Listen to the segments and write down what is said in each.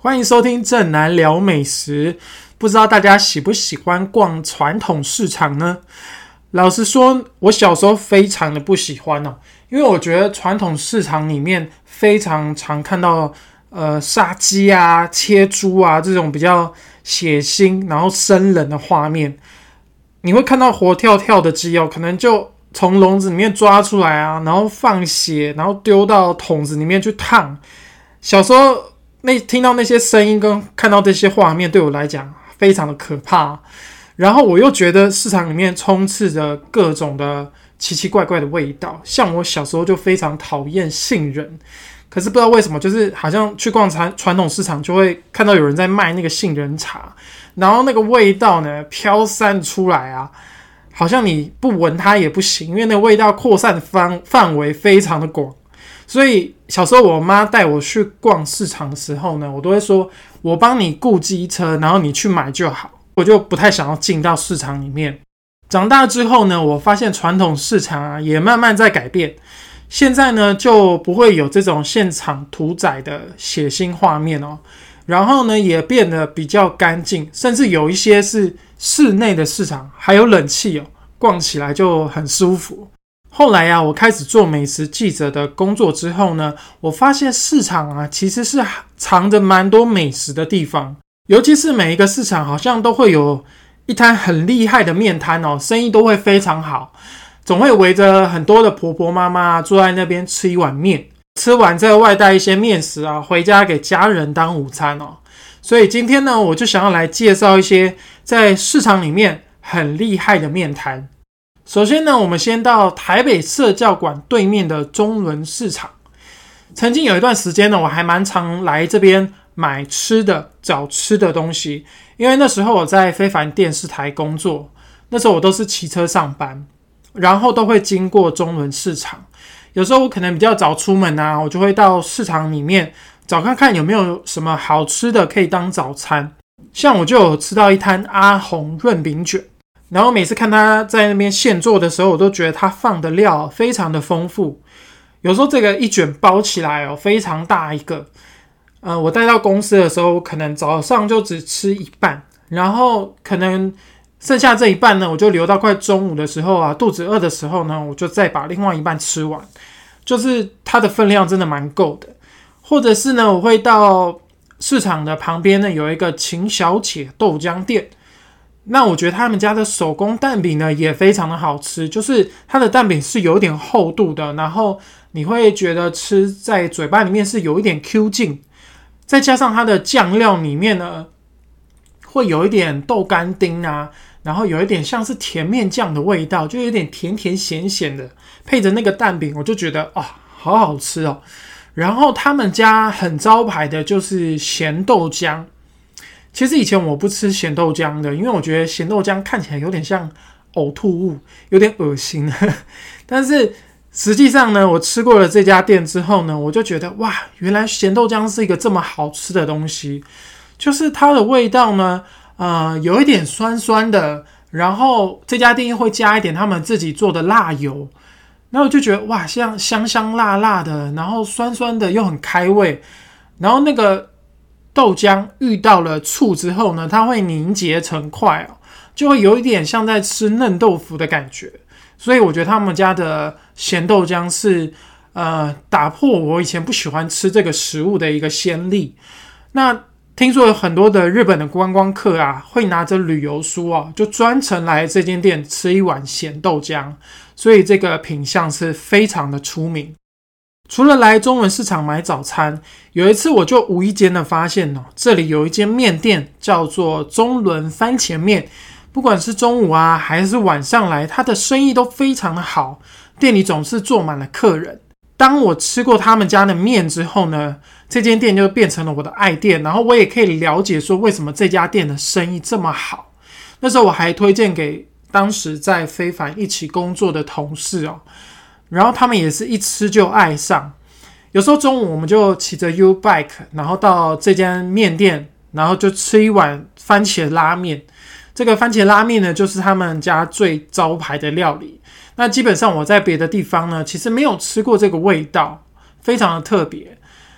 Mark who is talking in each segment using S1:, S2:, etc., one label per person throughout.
S1: 欢迎收听正南聊美食。不知道大家喜不喜欢逛传统市场呢？老实说，我小时候非常的不喜欢哦，因为我觉得传统市场里面非常常看到杀鸡啊、切猪啊这种比较血腥然后生冷的画面。你会看到活跳跳的鸡哦，可能就从笼子里面抓出来啊，然后放血，然后丢到桶子里面去烫。小时候听到那些声音跟看到这些画面，对我来讲非常的可怕。然后我又觉得市场里面充斥着各种的奇奇怪怪的味道，像我小时候就非常讨厌杏仁，可是不知道为什么，就是好像去逛传统市场就会看到有人在卖那个杏仁茶，然后那个味道呢飘散出来啊，好像你不闻它也不行，因为那个味道扩散的范围非常的广。所以小时候我妈带我去逛市场的时候呢，我都会说我帮你雇机车，然后你去买就好，我就不太想要进到市场里面。长大之后呢，我发现传统市场啊也慢慢在改变，现在呢就不会有这种现场屠宰的血腥画面哦，然后呢也变得比较干净，甚至有一些是室内的市场还有冷气哦，逛起来就很舒服。后来啊，我开始做美食记者的工作之后呢，我发现市场啊其实是藏着蛮多美食的地方，尤其是每一个市场好像都会有一摊很厉害的面摊哦，生意都会非常好，总会围着很多的婆婆妈妈坐在那边吃一碗面，吃完再外带一些面食啊回家给家人当午餐哦。所以今天呢，我就想要来介绍一些在市场里面很厉害的面摊。首先呢，我们先到台北社教馆对面的中仑市场。曾经有一段时间呢，我还蛮常来这边买吃的、找吃的东西，因为那时候我在非凡电视台工作，那时候我都是骑车上班，然后都会经过中仑市场。有时候我可能比较早出门啊，我就会到市场里面找看看有没有什么好吃的可以当早餐。像我就有吃到一摊阿红润饼卷，然后每次看他在那边现做的时候，我都觉得他放的料非常的丰富。有时候这个一卷包起来哦，非常大一个。我带到公司的时候，可能早上就只吃一半，然后可能剩下这一半呢，我就留到快中午的时候啊，肚子饿的时候呢，我就再把另外一半吃完。就是它的分量真的蛮够的。或者是呢，我会到市场的旁边呢，有一个秦小姐豆浆店。那我觉得他们家的手工蛋饼呢也非常的好吃，就是它的蛋饼是有点厚度的，然后你会觉得吃在嘴巴里面是有一点 Q 劲，再加上它的酱料里面呢会有一点豆干丁啊，然后有一点像是甜面酱的味道，就有点甜甜咸咸的，配着那个蛋饼，我就觉得好好吃哦。然后他们家很招牌的就是咸豆浆。其实以前我不吃咸豆浆的，因为我觉得咸豆浆看起来有点像呕吐物，有点恶心。但是实际上呢，我吃过了这家店之后呢，我就觉得哇，原来咸豆浆是一个这么好吃的东西。就是它的味道呢，有一点酸酸的，然后这家店会加一点他们自己做的辣油，然后我就觉得哇，像香香辣辣的，然后酸酸的又很开胃，然后那个豆浆遇到了醋之后呢，它会凝结成块哦，就会有一点像在吃嫩豆腐的感觉。所以我觉得他们家的咸豆浆是打破我以前不喜欢吃这个食物的一个先例。那听说有很多的日本的观光客啊，会拿着旅游书啊，就专程来这间店吃一碗咸豆浆，所以这个品项是非常的出名。除了来中仑市场买早餐，有一次我就无意间的发现这里有一间面店叫做中仑番茄面，不管是中午啊还是晚上来，它的生意都非常的好，店里总是坐满了客人。当我吃过他们家的面之后呢，这间店就变成了我的爱店，然后我也可以了解说为什么这家店的生意这么好。那时候我还推荐给当时在非凡一起工作的同事哦，然后他们也是一吃就爱上。有时候中午我们就骑着 U-Bike， 然后到这间面店，然后就吃一碗番茄拉面。这个番茄拉面呢，就是他们家最招牌的料理。那基本上我在别的地方呢，其实没有吃过这个味道，非常的特别。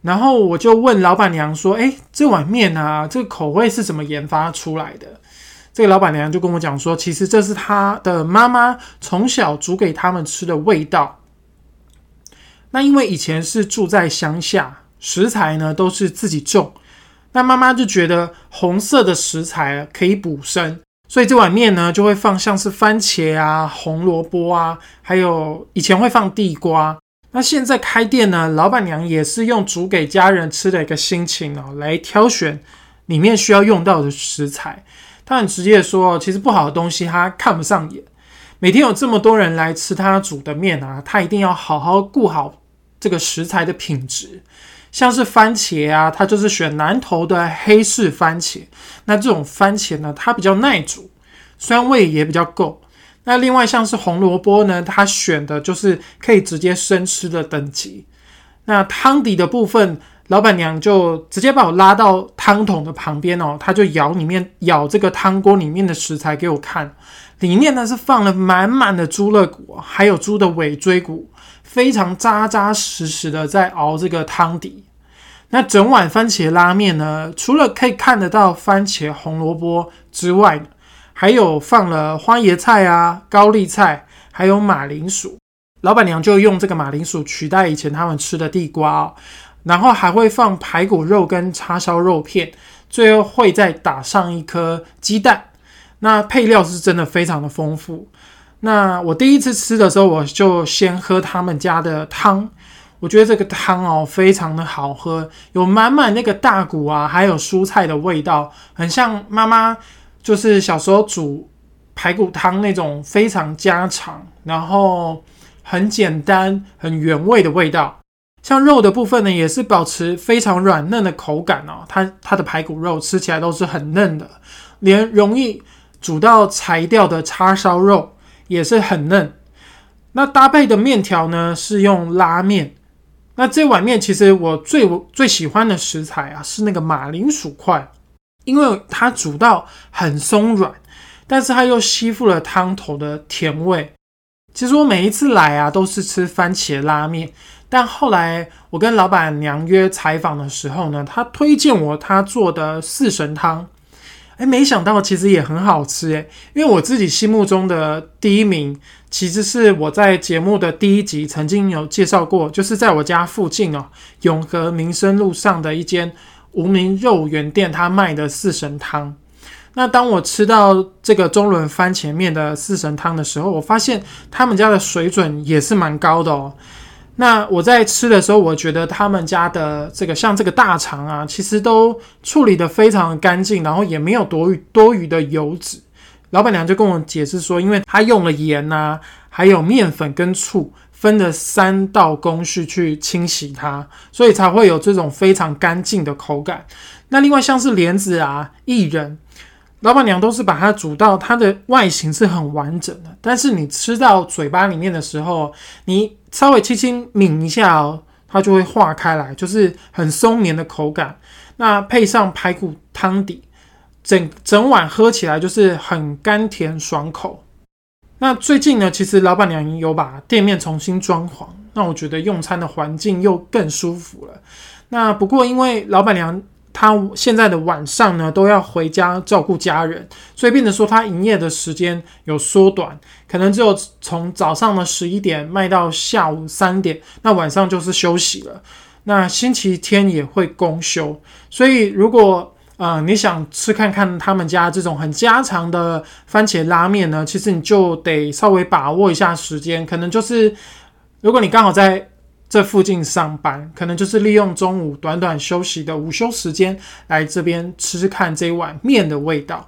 S1: 然后我就问老板娘说：“这碗面啊，这个口味是怎么研发出来的？”这个老板娘就跟我讲说，其实这是她的妈妈从小煮给他们吃的味道。那因为以前是住在乡下，食材呢都是自己种，那妈妈就觉得红色的食材可以补身，所以这碗面呢就会放像是番茄啊、红萝卜啊，还有以前会放地瓜。那现在开店呢，老板娘也是用煮给家人吃的一个心情来挑选里面需要用到的食材。他很直接的说，其实不好的东西他看不上眼，每天有这么多人来吃他煮的面啊，他一定要好好顾好这个食材的品质。像是番茄啊，他就是选南投的黑市番茄，那这种番茄呢，它比较耐煮，酸味也比较够。那另外像是红萝卜呢，他选的就是可以直接生吃的等级。那汤底的部分，老板娘就直接把我拉到汤桶的旁边他就舀这个汤锅里面的食材给我看，里面呢是放了满满的猪肋骨，还有猪的尾椎骨，非常扎扎实实的在熬这个汤底。那整碗番茄拉面呢，除了可以看得到番茄、红萝卜之外呢，还有放了花椰菜啊、高丽菜，还有马铃薯。老板娘就用这个马铃薯取代以前他们吃的地瓜然后还会放排骨肉跟叉烧肉片，最后会再打上一颗鸡蛋。那配料是真的非常的丰富。那我第一次吃的时候，我就先喝他们家的汤，我觉得这个汤非常的好喝，有满满那个大骨啊，还有蔬菜的味道，很像妈妈就是小时候煮排骨汤那种非常家常，然后很简单很原味的味道。像肉的部分呢，也是保持非常软嫩的口感它的排骨肉吃起来都是很嫩的，连容易煮到柴掉的叉烧肉也是很嫩。那搭配的面条呢，是用拉面。那这碗面其实我最喜欢的食材是那个马铃薯块，因为它煮到很松软，但是它又吸附了汤头的甜味。其实我每一次来都是吃番茄拉面，但后来我跟老板娘约采访的时候呢，她推荐我她做的四神汤。没想到其实也很好吃因为我自己心目中的第一名其实是我在节目的第一集曾经有介绍过，就是在我家附近永和民生路上的一间无名肉圆店，他卖的四神汤。那当我吃到这个中仑番茄面的四神汤的时候，我发现他们家的水准也是蛮高的那我在吃的时候，我觉得他们家的像这个大肠其实都处理得非常的干净，然后也没有多余的油脂。老板娘就跟我解释说，因为她用了盐还有面粉跟醋分了3道工序去清洗它，所以才会有这种非常干净的口感。那另外像是莲子薏仁，老板娘都是把它煮到它的外形是很完整的，但是你吃到嘴巴里面的时候，你稍微轻轻抿一下它就会化开来，就是很松黏的口感。那配上排骨汤底，整碗喝起来就是很甘甜爽口。那最近呢，其实老板娘有把店面重新装潢，那我觉得用餐的环境又更舒服了。那不过因为老板娘他现在的晚上呢都要回家照顾家人，所以变成说他营业的时间有缩短，可能只有从早上的11点卖到下午3点，那晚上就是休息了。那星期天也会公休，所以如果你想吃看看他们家这种很家常的番茄拉面呢，其实你就得稍微把握一下时间，可能就是如果你刚好在这附近上班，可能就是利用中午短短休息的午休时间来这边吃吃看这一碗面的味道。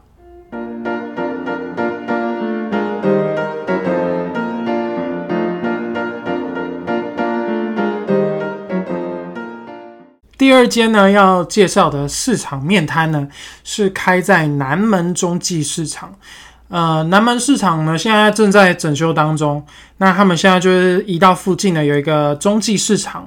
S1: 第二间呢要介绍的市场面摊呢，是开在南门中继市场。南门市场呢现在正在整修当中，那他们现在就是移到附近呢有一个中继市场。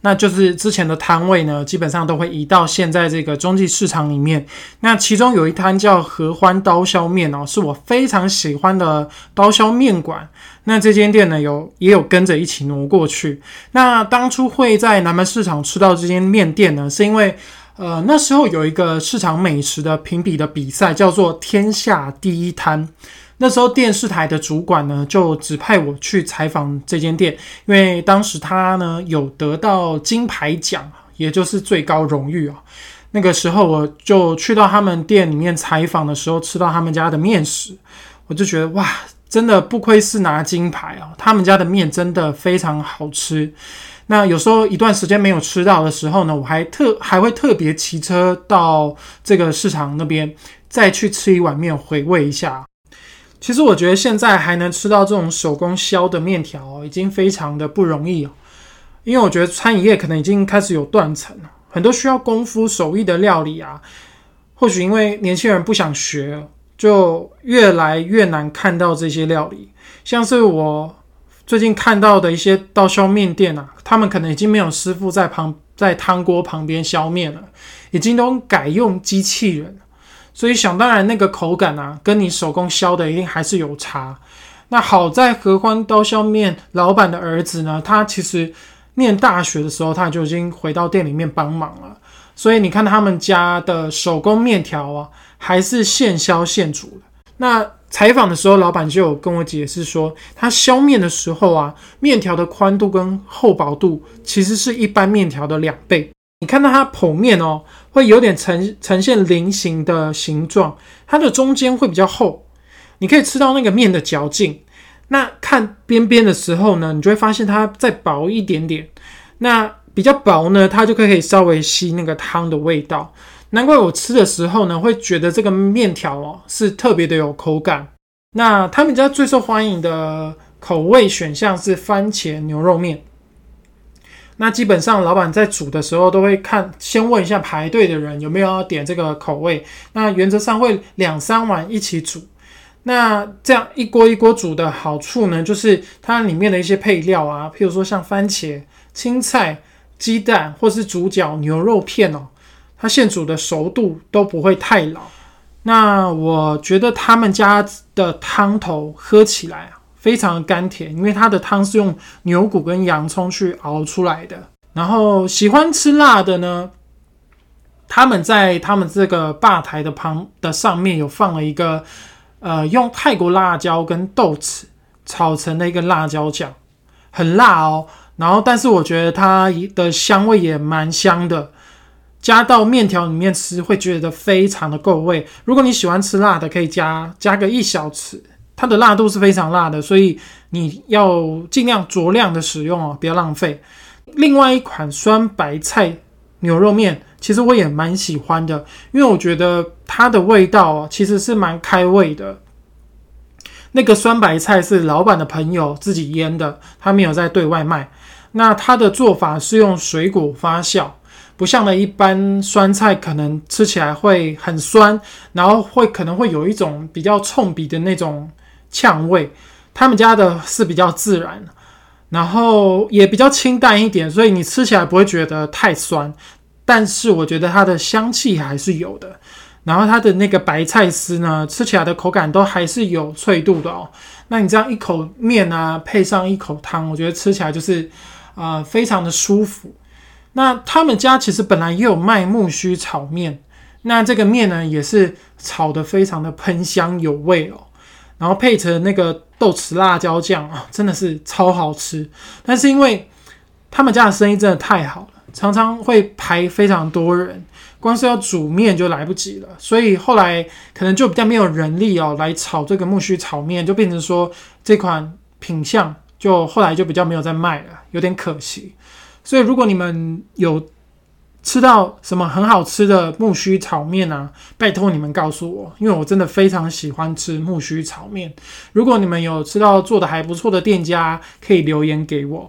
S1: 那就是之前的摊位呢，基本上都会移到现在这个中继市场里面。那其中有一摊叫合欢刀削面是我非常喜欢的刀削面馆。那这间店呢，也有跟着一起挪过去。那当初会在南门市场吃到这间面店呢，是因为那时候有一个市场美食的评比的比赛，叫做天下第一摊。那时候电视台的主管呢，就指派我去采访这间店，因为当时他呢有得到金牌奖，也就是最高荣誉那个时候我就去到他们店里面采访的时候，吃到他们家的面食，我就觉得哇，真的不愧是拿金牌他们家的面真的非常好吃。那有时候一段时间没有吃到的时候呢，我还会特别骑车到这个市场那边，再去吃一碗面回味一下。其实我觉得现在还能吃到这种手工削的面条已经非常的不容易因为我觉得餐饮业可能已经开始有断层了，很多需要功夫手艺的料理或许因为年轻人不想学，就越来越难看到这些料理。像是我最近看到的一些刀削面店他们可能已经没有师傅在汤锅旁边削面了，已经都改用机器人了。所以想当然那个口感跟你手工削的一定还是有差。那好在合欢刀削面老板的儿子呢，他其实念大学的时候他就已经回到店里面帮忙了，所以你看他们家的手工面条还是现削现煮的。那采访的时候老板就有跟我解释说，他削面的时候面条的宽度跟厚薄度其实是一般面条的2倍。你看到它剖面会有点呈现菱形的形状，它的中间会比较厚，你可以吃到那个面的嚼劲。那看边边的时候呢，你就会发现它再薄一点点，那比较薄呢，它就可以稍微吸那个汤的味道。难怪我吃的时候呢，会觉得这个面条是特别的有口感。那他们家最受欢迎的口味选项是番茄牛肉面。那基本上老板在煮的时候都会先问一下排队的人有没有要点这个口味，那原则上会2-3碗一起煮。那这样一锅一锅煮的好处呢，就是它里面的一些配料譬如说像番茄、青菜、鸡蛋或是猪脚、牛肉片它现煮的熟度都不会太老。那我觉得他们家的汤头喝起来非常的甘甜，因为它的汤是用牛骨跟洋葱去熬出来的。然后喜欢吃辣的呢，他们在他们这个吧台的上面有放了一个用泰国辣椒跟豆豉炒成的一个辣椒酱，很辣然后但是我觉得它的香味也蛮香的，加到面条里面吃会觉得非常的够味。如果你喜欢吃辣的，可以加个1小匙，它的辣度是非常辣的，所以你要尽量酌量的使用不要浪费。另外一款酸白菜牛肉面其实我也蛮喜欢的，因为我觉得它的味道其实是蛮开胃的。那个酸白菜是老板的朋友自己腌的，他没有在对外卖。那他的做法是用水果发酵，不像的一般酸菜可能吃起来会很酸，然后可能会有一种比较冲鼻的那种呛味。他们家的是比较自然，然后也比较清淡一点，所以你吃起来不会觉得太酸，但是我觉得它的香气还是有的。然后它的那个白菜丝呢，吃起来的口感都还是有脆度的那你这样一口面配上一口汤，我觉得吃起来就是非常的舒服。那他们家其实本来也有卖木须炒面，那这个面呢也是炒得非常的喷香有味然后配着那个豆豉辣椒酱真的是超好吃。但是因为他们家的生意真的太好了，常常会排非常多人，光是要煮面就来不及了，所以后来可能就比较没有人力来炒这个木须炒面，就变成说这款品项就后来就比较没有在卖了，有点可惜。所以如果你们有吃到什么很好吃的木须炒面拜托你们告诉我，因为我真的非常喜欢吃木须炒面。如果你们有吃到做的还不错的店家，可以留言给我。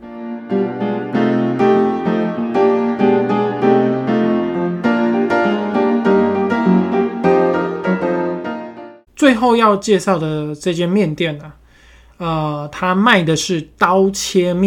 S1: 最后要介绍的这间面店它卖的是刀切面。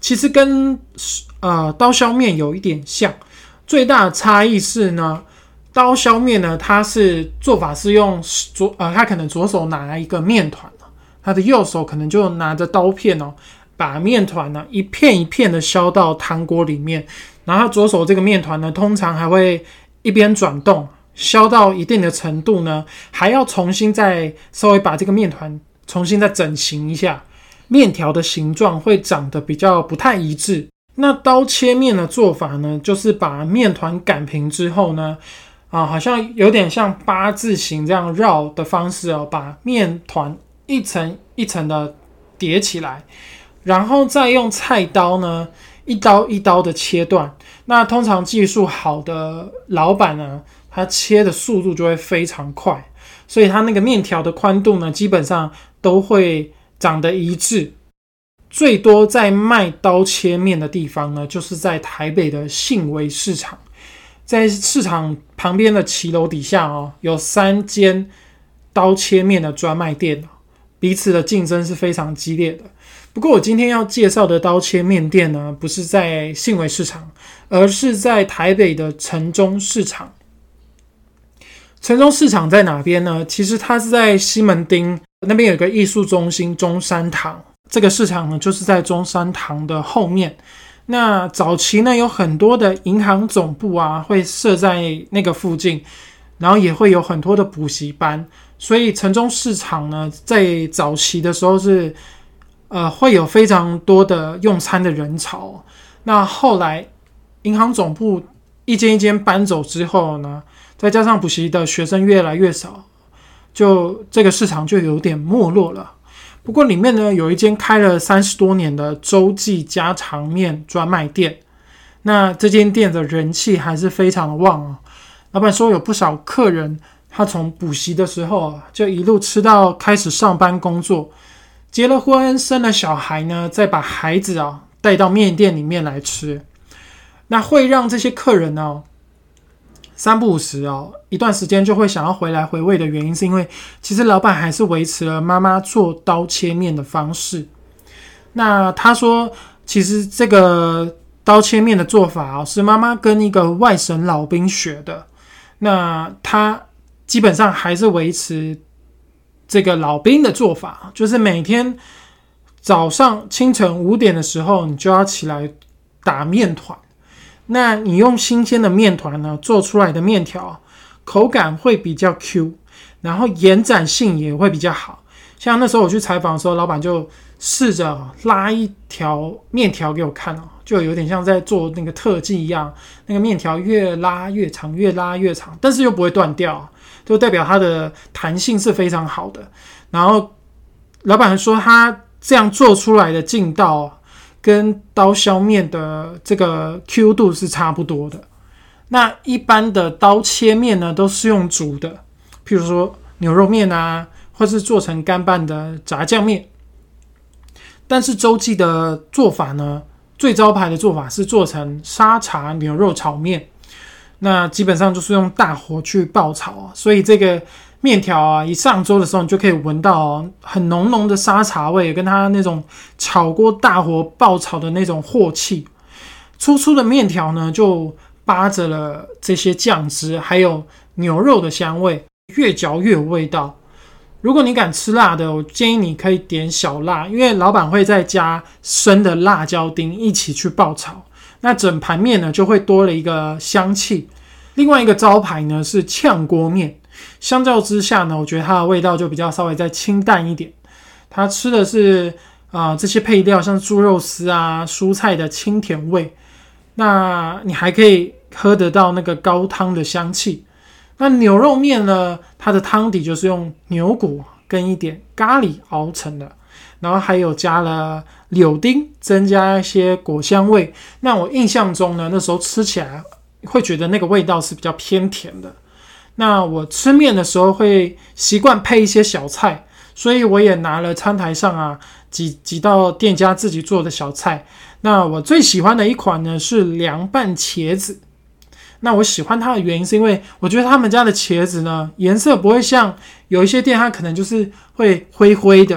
S1: 其实跟刀削面有一点像，最大的差异是呢，刀削面呢，它是做法是用它可能左手拿一个面团，他的右手可能就拿着刀片把面团呢一片一片的削到汤锅里面，然后左手这个面团呢，通常还会一边转动，削到一定的程度呢，还要重新再稍微把这个面团重新再整形一下，面条的形状会长得比较不太一致。那刀切面的做法呢，就是把面团擀平之后呢，好像有点像八字形这样绕的方式把面团一层一层的叠起来，然后再用菜刀呢一刀一刀的切断。那通常技术好的老板呢，他切的速度就会非常快，所以他那个面条的宽度呢，基本上都会长得一致。最多在卖刀切面的地方呢，就是在台北的信维市场，在市场旁边的骑楼底下有3间刀切面的专卖店，彼此的竞争是非常激烈的。不过我今天要介绍的刀切面店呢，不是在信维市场，而是在台北的城中市场。城中市场在哪边呢？其实它是在西门町那边有个艺术中心中山堂，这个市场呢就是在中山堂的后面。那早期呢有很多的银行总部会设在那个附近，然后也会有很多的补习班，所以城中市场呢在早期的时候是会有非常多的用餐的人潮。那后来银行总部一间一间搬走之后呢，再加上补习的学生越来越少，就这个市场就有点没落了。不过里面呢有一间开了30多年的洲际家常面专卖店，那这间店的人气还是非常的旺老板说有不少客人他从补习的时候就一路吃到开始上班工作，结了婚生了小孩呢，再把孩子带到面店里面来吃。那会让这些客人三不五时一段时间就会想要回来回味的原因，是因为其实老板还是维持了妈妈做刀切面的方式。那他说其实这个刀切面的做法是妈妈跟一个外省老兵学的，那他基本上还是维持这个老兵的做法，就是每天早上清晨5点的时候你就要起来打面团。那你用新鲜的面团呢做出来的面条口感会比较 Q， 然后延展性也会比较好。像那时候我去采访的时候，老板就试着拉一条面条给我看就有点像在做那个特技一样，那个面条越拉越长越拉越长，但是又不会断掉，就代表它的弹性是非常好的。然后老板说他这样做出来的劲道跟刀削面的这个 Q 度是差不多的。那一般的刀切面呢都是用煮的，譬如说牛肉面或是做成干拌的炸酱面。但是洲际的做法呢，最招牌的做法是做成沙茶牛肉炒面，那基本上就是用大火去爆炒所以这个面条一上桌的时候，你就可以闻到很浓浓的沙茶味，跟它那种炒锅大火爆炒的那种镬气。粗粗的面条呢，就扒着了这些酱汁，还有牛肉的香味，越嚼越有味道。如果你敢吃辣的，我建议你可以点小辣，因为老板会再加生的辣椒丁一起去爆炒，那整盘面呢就会多了一个香气。另外一个招牌呢是炝锅面，相较之下呢，我觉得它的味道就比较稍微再清淡一点。它吃的是这些配料，像猪肉丝蔬菜的清甜味，那你还可以喝得到那个高汤的香气。那牛肉面呢，它的汤底就是用牛骨跟一点咖喱熬成的，然后还有加了柳丁，增加一些果香味。那我印象中呢，那时候吃起来会觉得那个味道是比较偏甜的。那我吃面的时候会习惯配一些小菜，所以我也拿了餐台上几道店家自己做的小菜。那我最喜欢的一款呢是凉拌茄子。那我喜欢它的原因是因为我觉得他们家的茄子呢，颜色不会像有一些店它可能就是会灰灰的，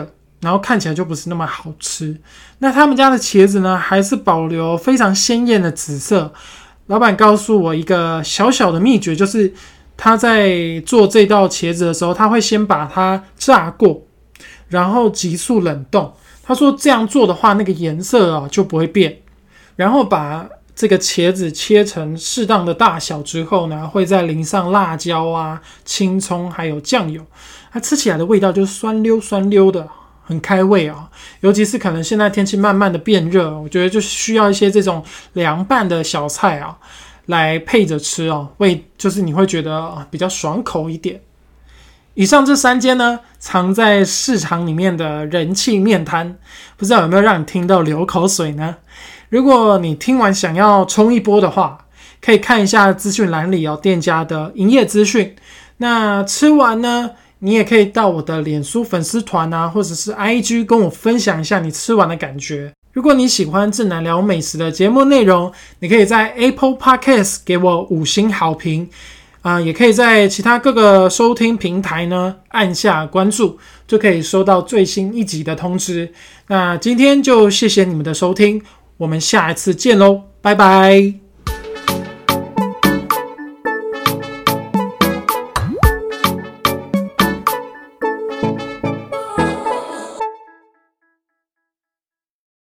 S1: 然后看起来就不是那么好吃。那他们家的茄子呢，还是保留非常鲜艳的紫色。老板告诉我一个小小的秘诀，就是他在做这道茄子的时候，他会先把它炸过，然后急速冷冻。他说这样做的话，那个颜色就不会变。然后把这个茄子切成适当的大小之后呢，会再淋上辣椒啊、青葱还有酱油，它吃起来的味道就是酸溜酸溜的，很开胃啊。尤其是可能现在天气慢慢的变热，我觉得就需要一些这种凉拌的小菜啊，来配着吃哦，就是你会觉得比较爽口一点。以上这3间呢，藏在市场里面的人气面摊，不知道有没有让你听到流口水呢？如果你听完想要冲一波的话，可以看一下资讯栏里店家的营业资讯。那吃完呢，你也可以到我的脸书粉丝团啊，或者是 IG 跟我分享一下你吃完的感觉。如果你喜欢正南聊美食的节目内容，你可以在 Apple Podcast 给我5星好评也可以在其他各个收听平台呢按下关注，就可以收到最新一集的通知。那今天就谢谢你们的收听，我们下一次见咯，拜拜。